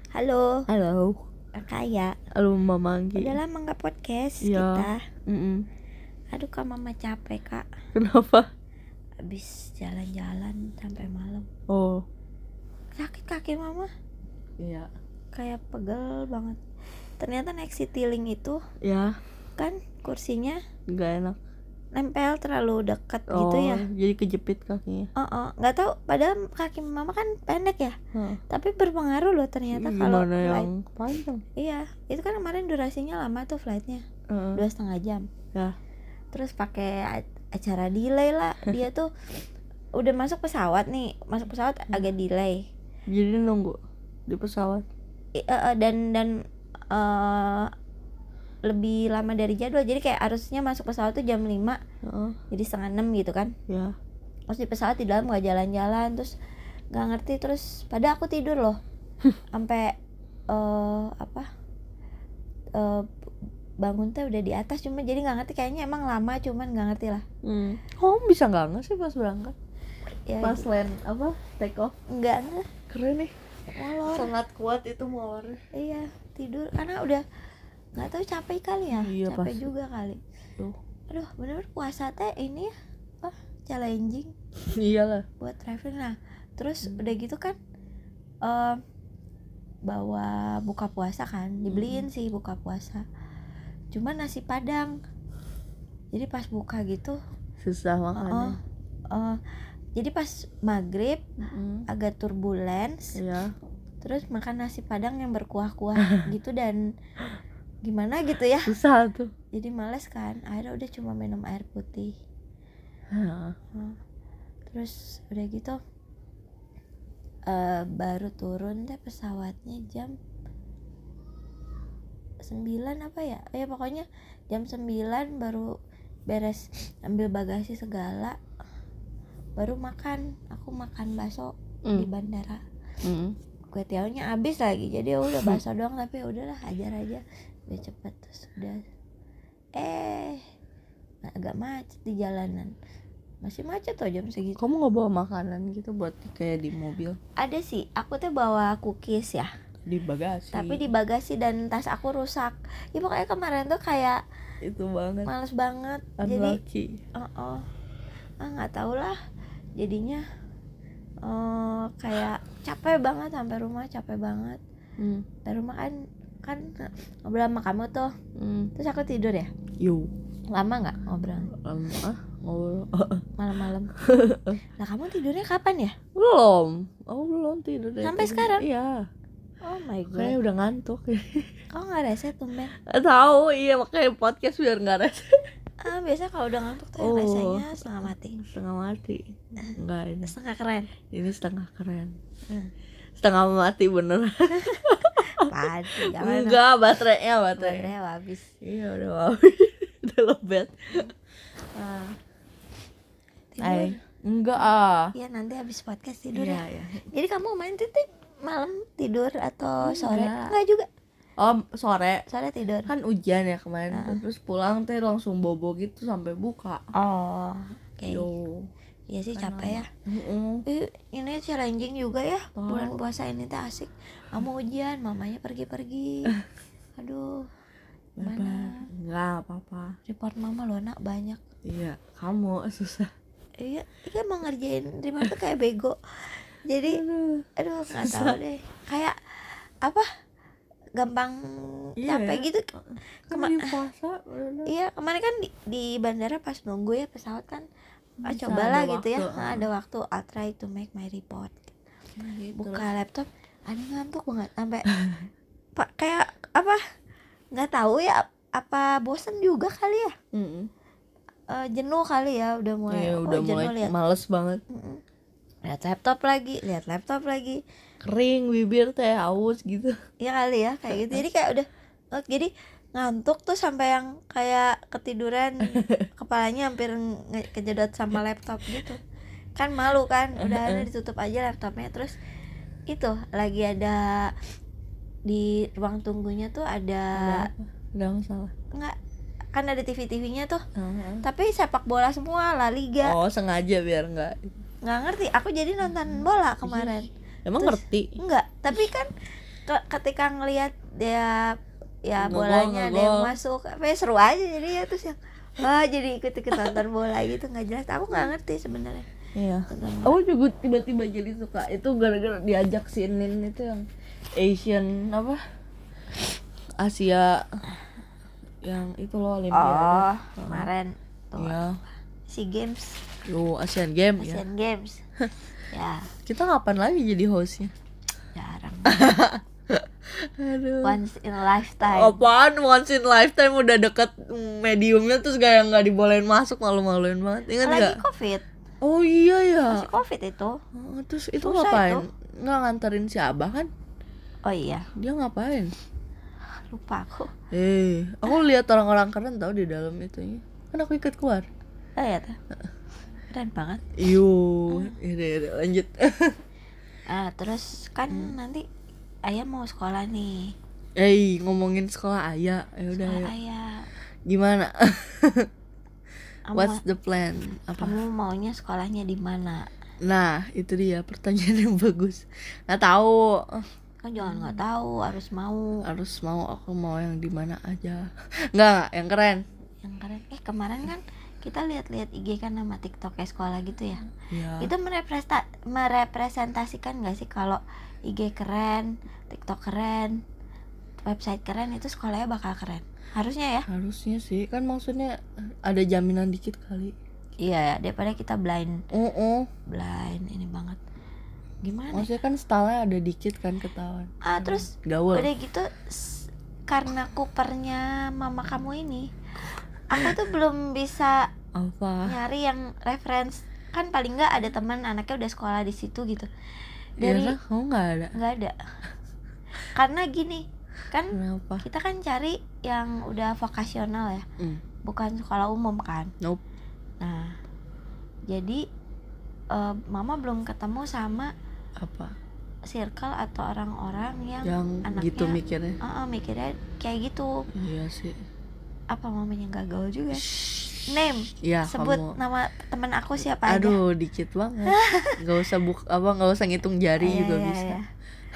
Halo, Halo, Kaya. halo Mama Anggi. Udah lama nggak podcast Iya. kita. Mm-mm. Aduh, Kak, Mama capek, Kak. Kenapa? Habis jalan-jalan sampai malam. Oh, Sakit kaki Mama, iya. kayak pegel banget. Ternyata naik Citylink itu Ya, kan kursinya nggak enak. nempel terlalu dekat Oh, gitu ya. jadi kejepit kakinya. Nggak tahu. Padahal kaki Mama kan pendek ya. Tapi berpengaruh loh ternyata kalau Gimana flight. yang panjang? Iya, itu kan kemarin durasinya lama tuh flightnya, 2,5 jam. Ya. Terus pakai acara delay lah. Dia tuh udah masuk pesawat nih, agak delay. Jadi nunggu di pesawat. Dan lebih lama dari jadwal. Jadi kayak harusnya masuk pesawat tuh jam 5, jadi 5:30 gitu kan. Ya. Terus di pesawat di dalam gak jalan-jalan, terus gak ngerti. Terus padahal aku tidur loh sampai bangun teh udah di atas. Cuma jadi gak ngerti, kayaknya emang lama, cuman gak ngerti lah. Oh, bisa nggak sih pas berangkat? Ya, Pas land take off? enggak. Keren nih. Molor. Sangat kuat itu molornya. Iya, tidur karena udah nggak tahu, capek kali ya. Iya, Capek pasti. juga kali. Tuh. Aduh, bener puasa teh ini ya, challenging Iyalah. buat traveling. Nah, terus udah gitu kan bawa buka puasa kan, dibeliin sih buka puasa. Cuma nasi padang. Jadi pas buka gitu Susah makannya. jadi pas maghrib agak turbulence. Iya. Terus makan nasi padang yang berkuah-kuah gitu, dan gimana gitu ya. Susah tuh. Jadi males kan, akhirnya udah cuma minum air putih. Terus udah gitu baru turun deh pesawatnya jam 9 apa ya. Ya pokoknya jam 9 baru beres ambil bagasi segala, baru makan. Aku makan bakso di bandara. Kue tiaonya habis lagi, jadi udah bakso doang. Tapi udahlah, hajar aja biar cepet. Terus udah agak macet di jalanan. Masih macet tuh jam segitu. Kamu nggak bawa makanan gitu buat kayak di mobil? Ada sih, aku tuh bawa cookies ya, Di bagasi. tapi di bagasi, dan tas aku rusak. Ya pokoknya kemarin tuh kayak itu banget. males banget. Unlucky. Jadi nggak tahu lah. Jadinya kayak capek banget sampai rumah, capek banget. Sampai rumah kan ngobrol sama kamu tuh. Terus aku tidur ya. Yo. Lama nggak ngobrol? Ngobrol. Malam-malam. Nah, kamu tidurnya kapan ya? Belum. Aku belum tidur dari Sampai tadi. sekarang? Iya. Oh my god. Kayaknya udah ngantuk. Kau nggak reset tumben? Tahu, iya makanya podcast biar nggak rese. Biasa kalau udah ngantuk tuh yang resenya setengah mati. Setengah mati. Enggak ini. Setengah keren. Ini setengah keren. Setengah mati bener. Pasti jangan. Enggak, baterainya. Baterainya habis. Iya udah habis. Udah lobet. Tidur. Enggak Iya, nanti habis podcast tidur Iya, ya. iya. Jadi kamu main titik malam tidur atau sore? Enggak. Enggak juga. Oh, sore. Sore tidur. Kan hujan ya kemarin. Terus pulang teh langsung bobo gitu sampai buka. Oh, oke. Yo. Iya sih, capek ya. Heeh. Ini challenging juga ya. Bulan puasa ini teh asik. Kamu ujian, mamanya pergi-pergi. Aduh. Mana? Enggak apa-apa. Report mama loh, nak, banyak. Iya, kamu susah. Iya mau ngerjain report tuh kayak bego. Jadi aduh nggak tahu deh. Kayak apa? Gampang capek gitu. Kemarin puasa. Iya, kemarin kan di bandara pas nunggu ya pesawat kan. Bisa Cobalah ada gitu ya. waktu. Nah, ada waktu, I'll try to make my report. Gitu Buka laptop, ada ngantuk banget sampai kayak apa? Nggak tahu ya, apa bosen juga kali ya? Jenuh kali ya, udah mulai. Iya, udah jenuh, mulai lihat. males banget. Lihat laptop lagi. Kering bibir teh aus gitu. Iya kali ya, kayak gitu. Jadi kayak udah jadi ngantuk tuh sampai yang kayak ketiduran, kepalanya hampir kejedot sama laptop gitu. Kan malu kan, udah ditutup aja laptopnya. Terus itu lagi ada di ruang tunggunya tuh ada masalah. Enggak, kan ada TV-TV-nya tuh. Tapi sepak bola semua, La Liga. Oh, sengaja biar Nggak ngerti, aku jadi nonton bola kemarin. Emang Terus, ngerti? enggak, tapi kan ketika ngelihat dia ya Ngegol, bolanya ada yang ngegol. masuk apa ya, seru aja jadi ya, terus yang wah jadi ikut nonton bola gitu, nggak jelas, aku nggak ngerti sebenarnya. Iya. Nonton bola. Aku juga tiba-tiba jadi suka itu gara-gara diajak si Nin itu yang Asian apa? Asia yang itu loh Olimpiade. Kemarin tuh Iya. SEA Games, Yo, Asian Game ya. Asian Games. Ya Kita kapan lagi jadi hostnya? jarang. Aduh. Once in a lifetime. Apaan once in lifetime udah deket mediumnya terus kayak nggak dibolehin masuk, malu-maluin banget. Ingat Lagi nggak? COVID, Oh iya ya. masih COVID itu. Oh, terus itu Susah ngapain? itu. Nggak nganterin si Abah kan? Oh iya, Dia ngapain? lupa aku. Aku lihat orang-orang keren tau di dalam itunya. Kan aku ikut keluar. Oh iya tuh. Keren banget. Iyo, yaudah, lanjut. Terus kan nanti ayah mau sekolah nih. Ngomongin sekolah Ayah. Ya udah. Sekolah Ayo. ayah. Gimana? Kamu, What's the plan? Apa? kamu maunya sekolahnya di mana? Nah, itu dia pertanyaan yang bagus. Nggak tahu. Kan jangan nggak tahu, harus mau. Harus mau, aku mau yang di mana aja. Nggak, yang keren. Yang keren. Kemarin kan kita lihat-lihat IG kan sama TikTok kayak sekolah gitu ya. Ya. Itu merepresentasikan nggak sih kalau IG keren, TikTok keren, website keren, itu sekolahnya bakal keren. Harusnya ya. Harusnya sih, kan maksudnya ada jaminan dikit kali. Iya, daripada kita blind ini banget. Gimana? Maksudnya kan stylenya ada dikit kan ketahuan. Terus gaul. udah gitu karena kupernya mama kamu ini, aku tuh belum bisa Apa? nyari yang reference. Kan paling nggak ada teman anaknya udah sekolah di situ gitu. Dari Dari kamu nggak ada. nggak ada. Karena gini, kan Kenapa? kita kan cari yang udah vokasional ya, bukan sekolah umum kan. Nope. Nah, jadi mama belum ketemu sama Apa? circle atau orang-orang yang anaknya gitu mikirnya. mikirnya kayak gitu. Iya sih. Apa mamanya nggak gaul juga? Name, Ya, sebut kamu. nama teman aku siapa aja. Aduh, dikit banget. Nggak usah nggak usah ngitung jari juga Iya, bisa. iya.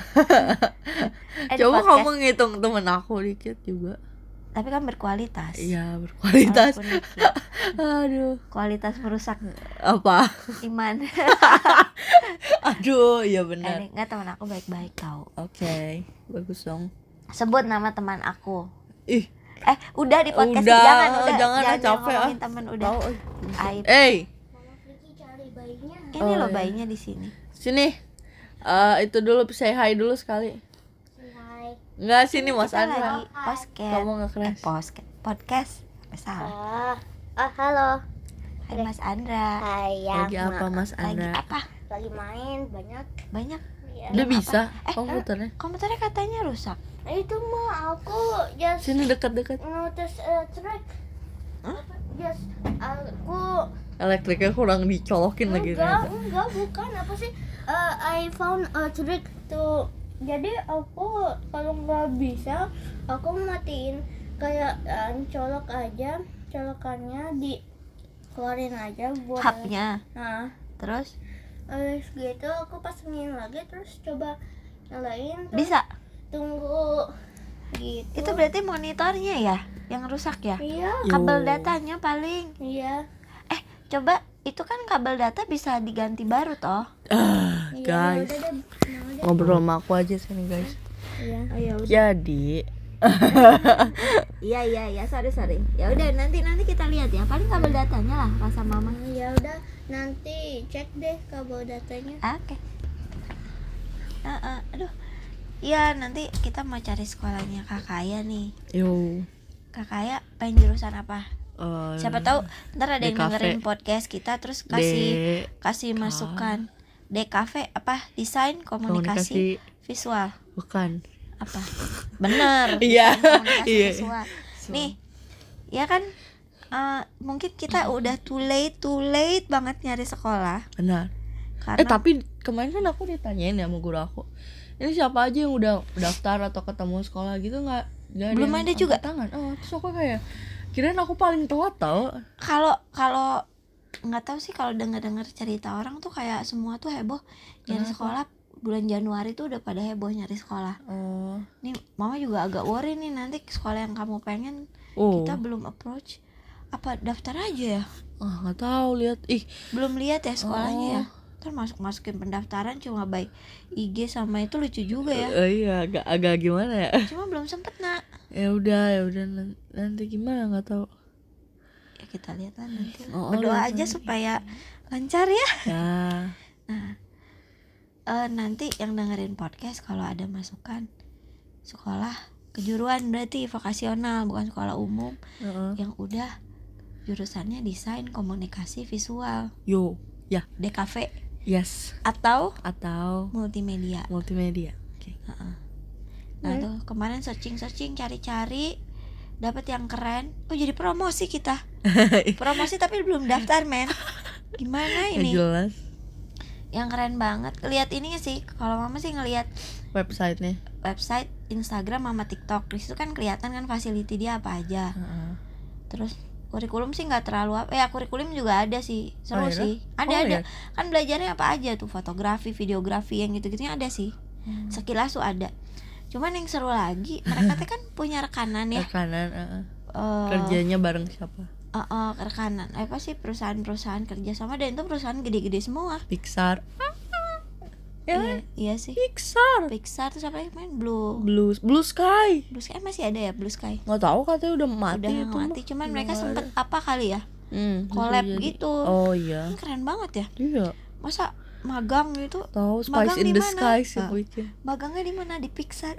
Di Coba podcast, kamu ngitung temen aku dikit juga. tapi kan berkualitas. Iya, berkualitas. Walaupun dikit. Aduh, Kualitas merusak apa? iman. Aduh, iya benar. Nggak, teman aku baik-baik tau. Oke, bagus dong. Sebut nama teman aku. Ih, Udah di podcast Udah, jangan jangan, ngomongin capek, ah. teman udah. tahu. Aib. Ini Oh, loh iya. bayinya di sini. Sini. Itu dulu say hi dulu sekali. Enggak, sini Mas Kita Andra. lagi podcast. Kamu nggak keren. Podcast. Salah. Halo. Hai Mas Andra. Hai, Lagi apa Mas Lagi Andra? apa? Lagi main banyak. Banyak. Ya. Udah bisa komputernya. Komputernya katanya rusak. Itu mah aku just Sini dekat-dekat. notice track. Just aku Elektriknya kurang dicolokin lagi enggak bukan apa sih? I found a trick to. Jadi aku kalau nggak bisa aku matiin kayak colok aja, colokannya dikeluarin aja buat Hubnya. Nah, Terus habis gitu aku pasangin lagi terus coba nyalain terus bisa. tunggu gitu. Itu berarti monitornya ya yang rusak ya? Iya, Kabel datanya paling. iya. Coba itu kan kabel data bisa diganti baru toh. Iya, Guys, udah deh. ngobrol sama aku aja sini guys. Iya. Oh ya udah. Jadi Iya, sorry. Ya udah nanti kita lihat ya. Paling kabel datanya lah rasa mama. Ya udah, nanti cek deh kabel datanya. Oke. Aduh. Iya, nanti kita mau cari sekolahnya Kak Aya nih. yo Kak Aya pengen jurusan apa? Siapa tahu ntar ada yang DKV. dengerin podcast kita terus kasih masukan. DKV apa? Desain komunikasi visual. bukan. Apa? Bener. Iya. desain komunikasi Iya. visual. Nih, ya kan mungkin kita udah too late banget nyari sekolah. Benar. Karena Tapi kemarin kan aku ditanyain ya sama guru aku. Ini siapa aja yang udah daftar atau ketemu sekolah gitu nggak Belum yang ada juga? angkat tangan. Terus aku kayak kirain aku paling telat tau. kalau nggak tahu sih, kalau dengar cerita orang tuh kayak semua tuh heboh nyari Kenapa? sekolah bulan Januari tuh udah pada heboh nyari sekolah. Nih mama juga agak worry nih, nanti sekolah yang kamu pengen kita belum approach. Apa daftar aja ya? Nggak tahu, lihat Belum lihat ya sekolahnya ya. Ntar masukin pendaftaran cuma by IG sama itu lucu juga ya. Iya, agak gimana ya. Cuma belum sempet nak. Ya udah nanti gimana nggak tahu. Ya kita lihat lah nanti. Berdoa aja supaya lancar ya. Nah, nanti yang dengerin podcast kalau ada masukan sekolah kejuruan berarti vokasional, bukan sekolah umum yang udah jurusannya desain komunikasi visual. Ya. DKV. Yes. Atau multimedia. Oke. Nah tuh kemarin searching cari-cari dapat yang keren. Oh jadi promosi kita. Promosi tapi belum daftar men. Gimana ini? Jelas. Yang keren banget. Lihat ini sih. Kalau mama sih ngelihat Website, Instagram sama TikTok. Di situ kan kelihatan kan facility dia apa aja. Terus kurikulum sih nggak terlalu kurikulum juga ada sih, seru sih. Ada. Kan belajarnya apa aja tuh, fotografi, videografi, yang gitu-gitunya ada sih. Sekilas tuh ada. Cuman yang seru lagi, mereka tuh kan punya rekanan ya. Kerjanya bareng siapa? Rekanan. Apa sih perusahaan kerja sama, dan itu perusahaan gede-gede semua. Pixar. Iya sih. Pixar terus apa yang main Blue Sky. Blue Sky masih ada ya, Blue Sky? Nggak tahu, katanya udah mati. Cuman mereka sempet apa kali ya? Collab gitu. Oh iya. Keren banget ya. Iya. Masa magang gitu? Tahu Spice in the Sky sih bikin. Magangnya di mana? Di Pixar.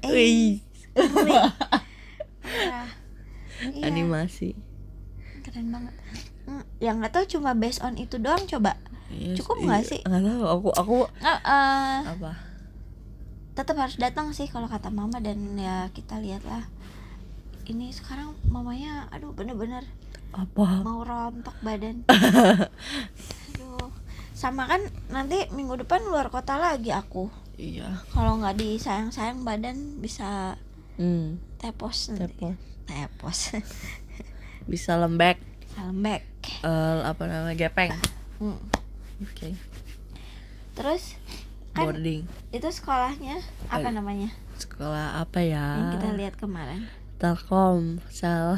Animasi. Keren banget. Yang nggak tahu cuma based on itu doang, coba. Cukup nggak sih? Nggak tahu. Aku apa? Tetap harus datang sih kalau kata mama, dan ya kita lihatlah. Ini sekarang mamanya, aduh bener-bener apa? Mau rontok badan. Aduh. Sama kan nanti minggu depan luar kota lagi aku. Iya. Kalau nggak disayang-sayang badan bisa tepos nanti. Tepos. Bisa lembek. Apa namanya, gepeng. Oke. Terus kan boarding. Itu sekolahnya apa namanya? Sekolah apa ya? Yang kita lihat kemarin. Telkomsel.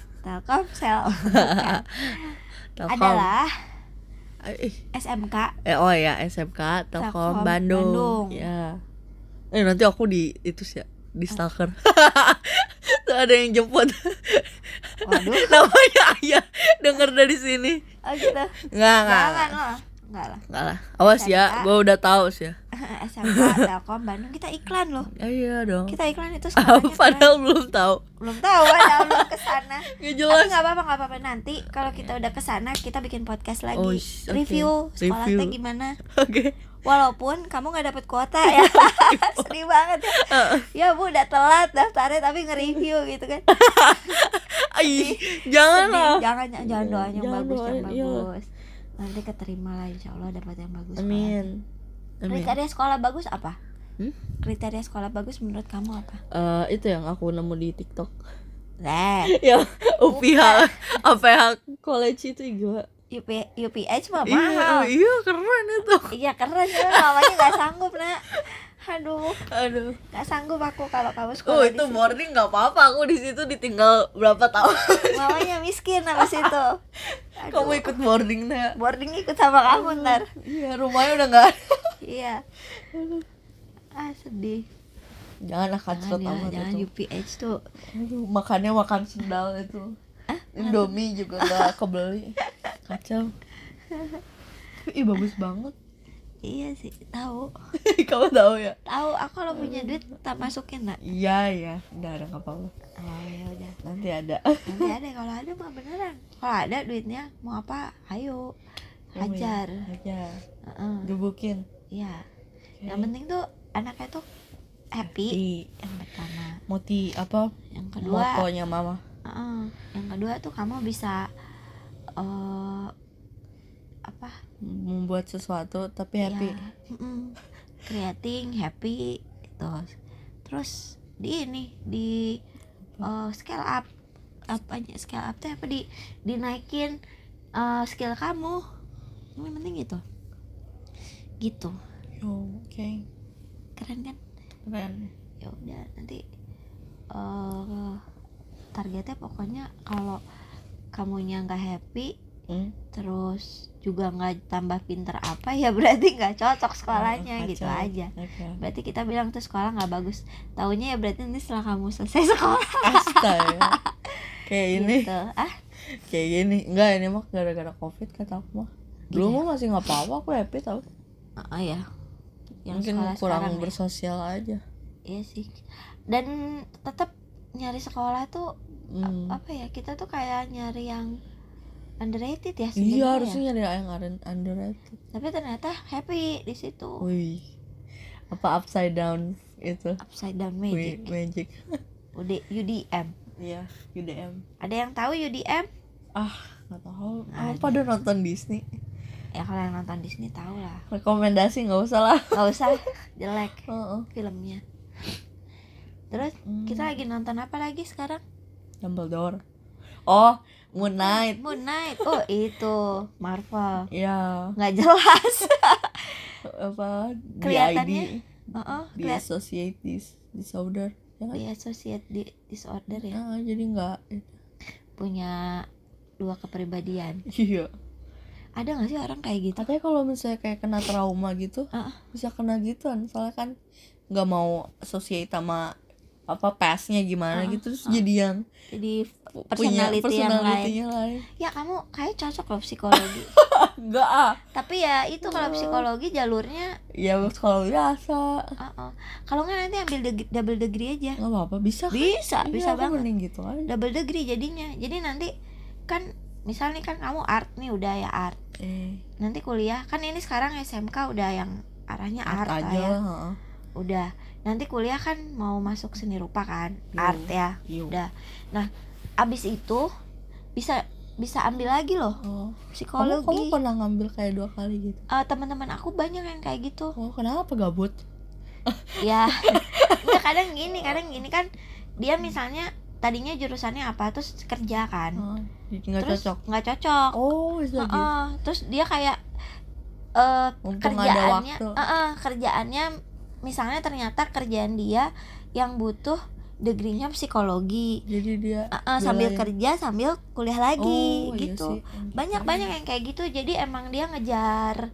Adalah SMK. SMK Telkom Bandung. Ya. Nanti aku di itu sih ya, di stalker. Tuh ada yang jemput. Waduh. Namanya Ayah, denger dari sini. Oh gitu. Enggak lah. Awas ya, gua udah tahu sih ya. SMK Telkom Bandung, kita iklan loh. Iya dong. Kita iklan itu sekolahnya. Padahal belum tahu, padahal belum kesana. Nggak jelas. Tapi nggak apa-apa. Nanti kalau kita udah kesana, kita bikin podcast lagi. Review sekolahnya gimana. Oke. Walaupun kamu nggak dapet kuota ya. Sedih banget ya. Ya bu, udah telat daftarnya tapi nge-review gitu kan. Jangan lah. Jangan doanya yang bagus. Nanti keterima lah, insya Allah dapat yang bagus. Amin. Kriteria sekolah bagus apa? Kriteria sekolah bagus menurut kamu apa? Itu yang aku nemu di TikTok. Ya UPH college itu juga. UPH mah mahal. Iya keren itu. Iya keren, cuma mamanya nggak sanggup nak. Aduh, nggak sanggup aku kalau kamu sekolah. Itu boarding nggak apa-apa, aku di situ ditinggal berapa tahun. Mamanya miskin habis itu. Kamu ikut boarding nak? Boarding ikut sama kamu ntar. Iya, rumahnya udah nggak ada. Iya. Sedih. Jangan kacrot amat jangan itu. UPH tuh. Makannya makan sendal itu. Indomie juga nggak kebeli. Kacau. Bagus banget. Iya sih, tahu. Kamu tahu ya? Tahu, aku kalau punya duit tak masukin nak. Iya, udah nggak apa-apa. Oh ya udah. Nanti ada Kalau ada mah beneran. Kalau ada duitnya mau apa? Ayo. Hajar. Gebukin. Iya. Yang penting tuh anaknya tuh happy. Yang pertama. Yang kedua. Motonya mama. Yang kedua tuh kamu bisa membuat sesuatu tapi happy. Creating happy gitu. Terus di scale up. Scale up tuh apa, dinaikin skill kamu. Yang penting gitu. Oke. keren kan? Keren. Ya udah nanti targetnya pokoknya kalau kamunya nggak happy terus juga nggak tambah pinter apa ya berarti nggak cocok sekolahnya gitu aja. Berarti kita bilang tuh sekolah nggak bagus, taunya ya berarti nanti setelah kamu selesai sekolah Astaga. Kayak ini gitu. kayak gini enggak, ini mah gara-gara covid kata aku mah. Dulu mah masih nggak apa-apa, aku happy tau. Ya yang Mungkin sekolah kurang sekarang bersosial aja. iya sih, dan tetap nyari sekolah tuh apa ya, kita tuh kayak nyari yang underrated ya sebenarnya. Iya harusnya nyari yang underrated. Tapi ternyata happy di situ. Wih, apa upside down itu? Upside down magic. Magic. UDM. Iya, UDM. Ada yang tahu UDM? Nggak tahu. Apa pada nonton Disney? Ya kalau yang nonton Disney tahu lah. Rekomendasi nggak usah lah. Nggak usah, jelek filmnya. Terus kita lagi nonton apa lagi sekarang? Dumbledore. Oh, Moon Knight. Moon Knight. Oh itu Marvel. Iya. Nggak jelas. Apa? Kelihatannya. DID. Dissociate disorder. Di associate disorder ya. Jadi nggak punya dua kepribadian. Iya. Ada nggak sih orang kayak gitu? Katanya kalau misalnya kayak kena trauma gitu, bisa kena gituan. Soalnya kan nggak mau associate sama apa pastnya gimana gitu, terus jadi punya personality-nya lain. Ya kamu kayak cocok loh psikologi. Enggak Tapi ya itu kalau psikologi jalurnya ya psikologi biasa. Kalau nggak nanti ambil double degree aja. Nggak apa-apa, bisa banget. Mending gitu aja. Double degree jadinya. Jadi nanti kan misalnya kan kamu art nih, udah ya art. Nanti kuliah kan ini sekarang SMK udah yang arahnya art aja ya. Udah. Nanti kuliah kan mau masuk seni rupa kan, art ya. Udah. Nah, abis itu bisa ambil lagi loh psikologi. Kamu pernah ngambil kayak 2 kali gitu? Teman-teman aku banyak yang kayak gitu. Kenapa gabut? Ya, nggak, kadang gini kan dia misalnya tadinya jurusannya apa terus kerja kan, nggak cocok. Bisa gitu. Terus dia kayak kerjaannya misalnya ternyata kerjaan dia yang butuh degree-nya psikologi, jadi dia sambil kerja sambil kuliah lagi Iya gitu. sih. Banyak yang kayak gitu. Jadi emang dia ngejarnya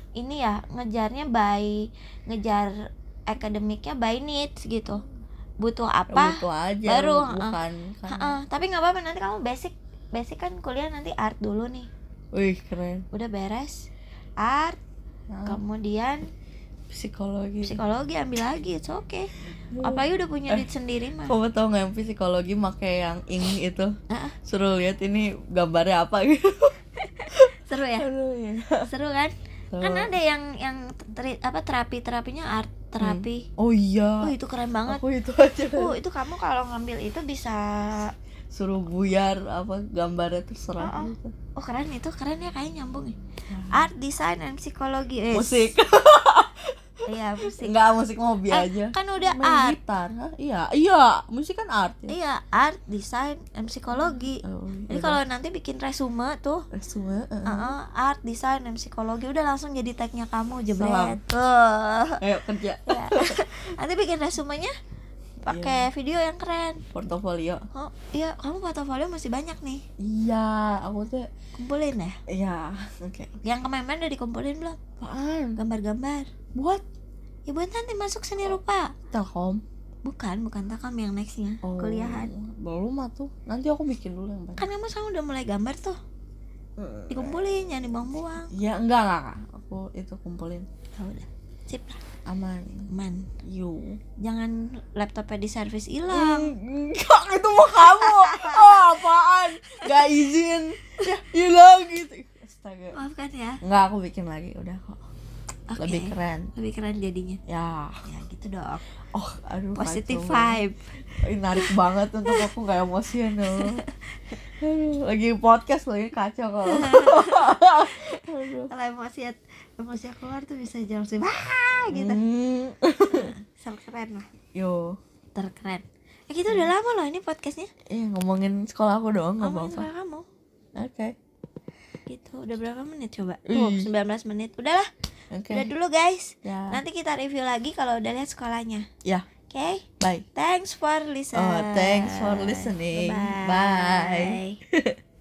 ngejar akademiknya by needs gitu, butuh apa butuh aja, baru bukan tapi nggak apa-apa, nanti kamu basic kan kuliah nanti art dulu nih. Wih keren. Udah beres art, kemudian psikologi ambil lagi, it's okay. Apalagi udah punya duit sendiri mah. Kamu tau nggak yang psikologi pakai yang ink itu? Suruh lihat ini gambarnya apa gitu. Seru ya? Seru kan? Kan ada yang terapinya art terapi. Oh iya. Itu keren banget. Aku itu aja. Itu kamu kalau ngambil itu bisa suruh buyar apa gambarnya terserah gitu. Keren ya, kayaknya nyambung ya. Art, design, and psikologi. Musik. Iya, musik. Enggak, musik mau hobi aja. Kan udah main art. Gitar. Iya, musik kan art ya. Iya, art, design, and psikologi. Jadi kalau nanti bikin resume tuh. Art, design, and psikologi udah langsung jadi tagnya kamu, jebret. Ayo kerja. Ya. Nanti bikin resumenya pakai video yang keren. Portofolio. Iya, kamu portofolio masih banyak nih. Iya, aku tuh kumpulin ya. Iya, oke. Yang kemarin udah dikumpulin belum? Apaan? Gambar-gambar. Buat? Ya buat nanti masuk seni rupa. Telkom? Bukan Telkom, yang nextnya kuliahan. Belum tuh. Nanti aku bikin dulu yang banyak. Kan kamu sekarang udah mulai gambar tuh. Dikumpulin, jangan dibuang-buang. Ya enggak. Aku itu kumpulin. Ya udah. Sip lah. Aman. Jangan laptopnya di servis hilang. Enggak, itu mau kamu. Apaan? Gak izin. Ya, hilang gitu. Astaga. Maafkan ya. Enggak, aku bikin lagi udah kok. Okay. Lebih keren jadinya. Ya gitu dong. Aduh, positive vibe. Narik banget untuk aku gak emosian loh. Lagi podcast lagi kacau kalau. Kalau emosi keluar tuh bisa jam sih gitu. Sama keren lah. Terkeren. Kita udah lama loh ini podcastnya. Ngomongin sekolah aku doang, nggak apa-apa. Sekolah kamu. Oke. Gitu. Udah berapa menit coba? 19 menit. Udahlah. Oke. Udah dulu guys. Ya. Nanti kita review lagi kalau udah lihat sekolahnya. Ya. Oke. Bye. Thanks for listening. Thanks for listening. Bye. Bye.